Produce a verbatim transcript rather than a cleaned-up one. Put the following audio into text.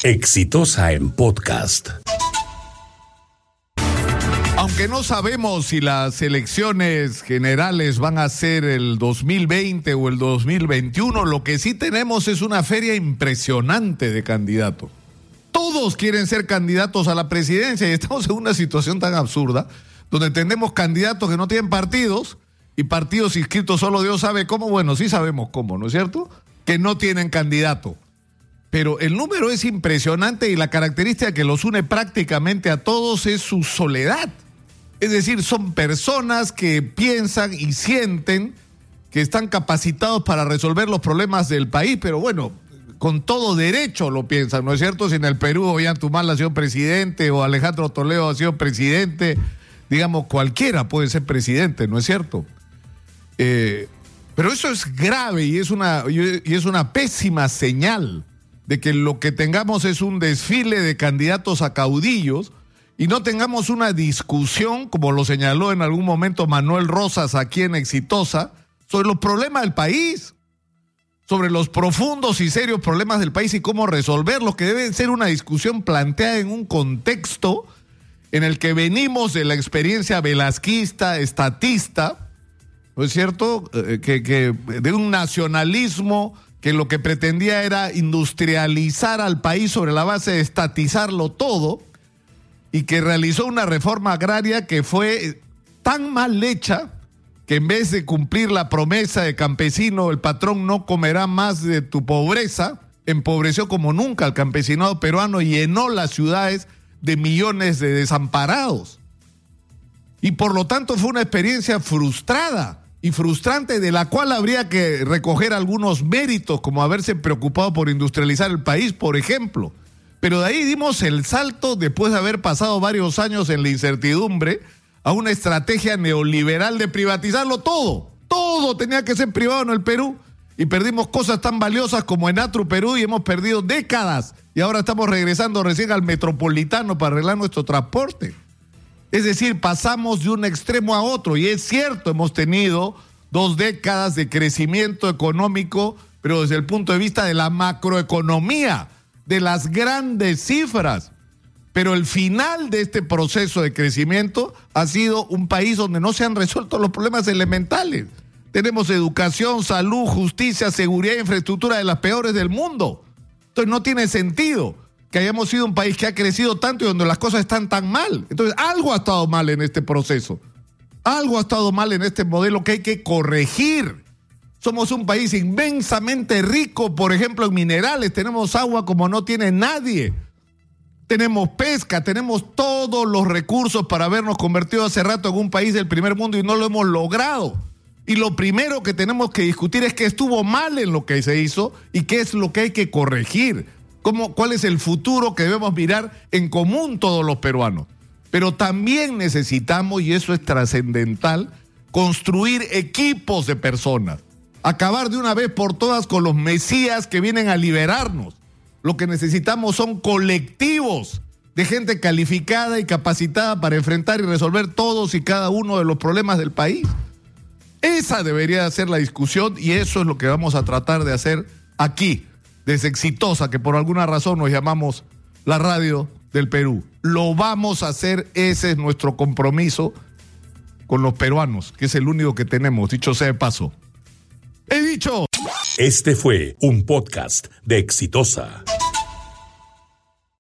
Exitosa en podcast. Aunque no sabemos si las elecciones generales van a ser el dos mil veinte o el dos mil veintiuno, lo que sí tenemos es una feria impresionante de candidatos. Todos quieren ser candidatos a la presidencia y estamos en una situación tan absurda donde tenemos candidatos que no tienen partidos y partidos inscritos solo Dios sabe cómo. Bueno, sí sabemos cómo, ¿no es cierto? Que no tienen candidato. Pero el número es impresionante y la característica que los une prácticamente a todos es su soledad. Es decir, son personas que piensan y sienten que están capacitados para resolver los problemas del país, pero bueno, con todo derecho lo piensan, ¿no es cierto? Si en el Perú Ollanta ha sido presidente o Alejandro Toledo ha sido presidente, digamos, cualquiera puede ser presidente, ¿no es cierto? Eh, pero eso es grave y es una, y es una pésima señal de que lo que tengamos es un desfile de candidatos a caudillos y no tengamos una discusión, como lo señaló en algún momento Manuel Rosas aquí en Exitosa, sobre los problemas del país, sobre los profundos y serios problemas del país y cómo resolverlos, que debe ser una discusión planteada en un contexto en el que venimos de la experiencia velasquista, estatista, ¿no es cierto?, eh, que, que de un nacionalismo que lo que pretendía era industrializar al país sobre la base de estatizarlo todo y que realizó una reforma agraria que fue tan mal hecha que en vez de cumplir la promesa de campesino, el patrón no comerá más de tu pobreza, empobreció como nunca al campesinado peruano y llenó las ciudades de millones de desamparados. Y por lo tanto fue una experiencia frustrada y frustrante, de la cual habría que recoger algunos méritos, como haberse preocupado por industrializar el país, por ejemplo. Pero de ahí dimos el salto, después de haber pasado varios años en la incertidumbre, a una estrategia neoliberal de privatizarlo todo. Todo tenía que ser privado en el Perú. Y perdimos cosas tan valiosas como Enatru Perú y hemos perdido décadas. Y ahora estamos regresando recién al metropolitano para arreglar nuestro transporte. Es decir, pasamos de un extremo a otro. Y es cierto, hemos tenido dos décadas de crecimiento económico, pero desde el punto de vista de la macroeconomía, de las grandes cifras. Pero el final de este proceso de crecimiento ha sido un país donde no se han resuelto los problemas elementales. Tenemos educación, salud, justicia, seguridad e infraestructura de las peores del mundo. Entonces no tiene sentido que hayamos sido un país que ha crecido tanto y donde las cosas están tan mal. Entonces algo ha estado mal en este proceso. Algo ha estado mal en este modelo que hay que corregir. Somos un país inmensamente rico, por ejemplo, en minerales. Tenemos agua como no tiene nadie. Tenemos pesca, tenemos todos los recursos para habernos convertido hace rato en un país del primer mundo y no lo hemos logrado. Y lo primero que tenemos que discutir es qué estuvo mal en lo que se hizo y qué es lo que hay que corregir. Cómo, cuál es el futuro que debemos mirar en común todos los peruanos. Pero también necesitamos, y eso es trascendental, construir equipos de personas. Acabar de una vez por todas con los mesías que vienen a liberarnos. Lo que necesitamos son colectivos de gente calificada y capacitada para enfrentar y resolver todos y cada uno de los problemas del país. Esa debería ser la discusión y eso es lo que vamos a tratar de hacer aquí, desde Exitosa, que por alguna razón nos llamamos la radio del Perú. Lo vamos a hacer, ese es nuestro compromiso con los peruanos, que es el único que tenemos, dicho sea de paso. ¡He dicho! Este fue un podcast de Exitosa.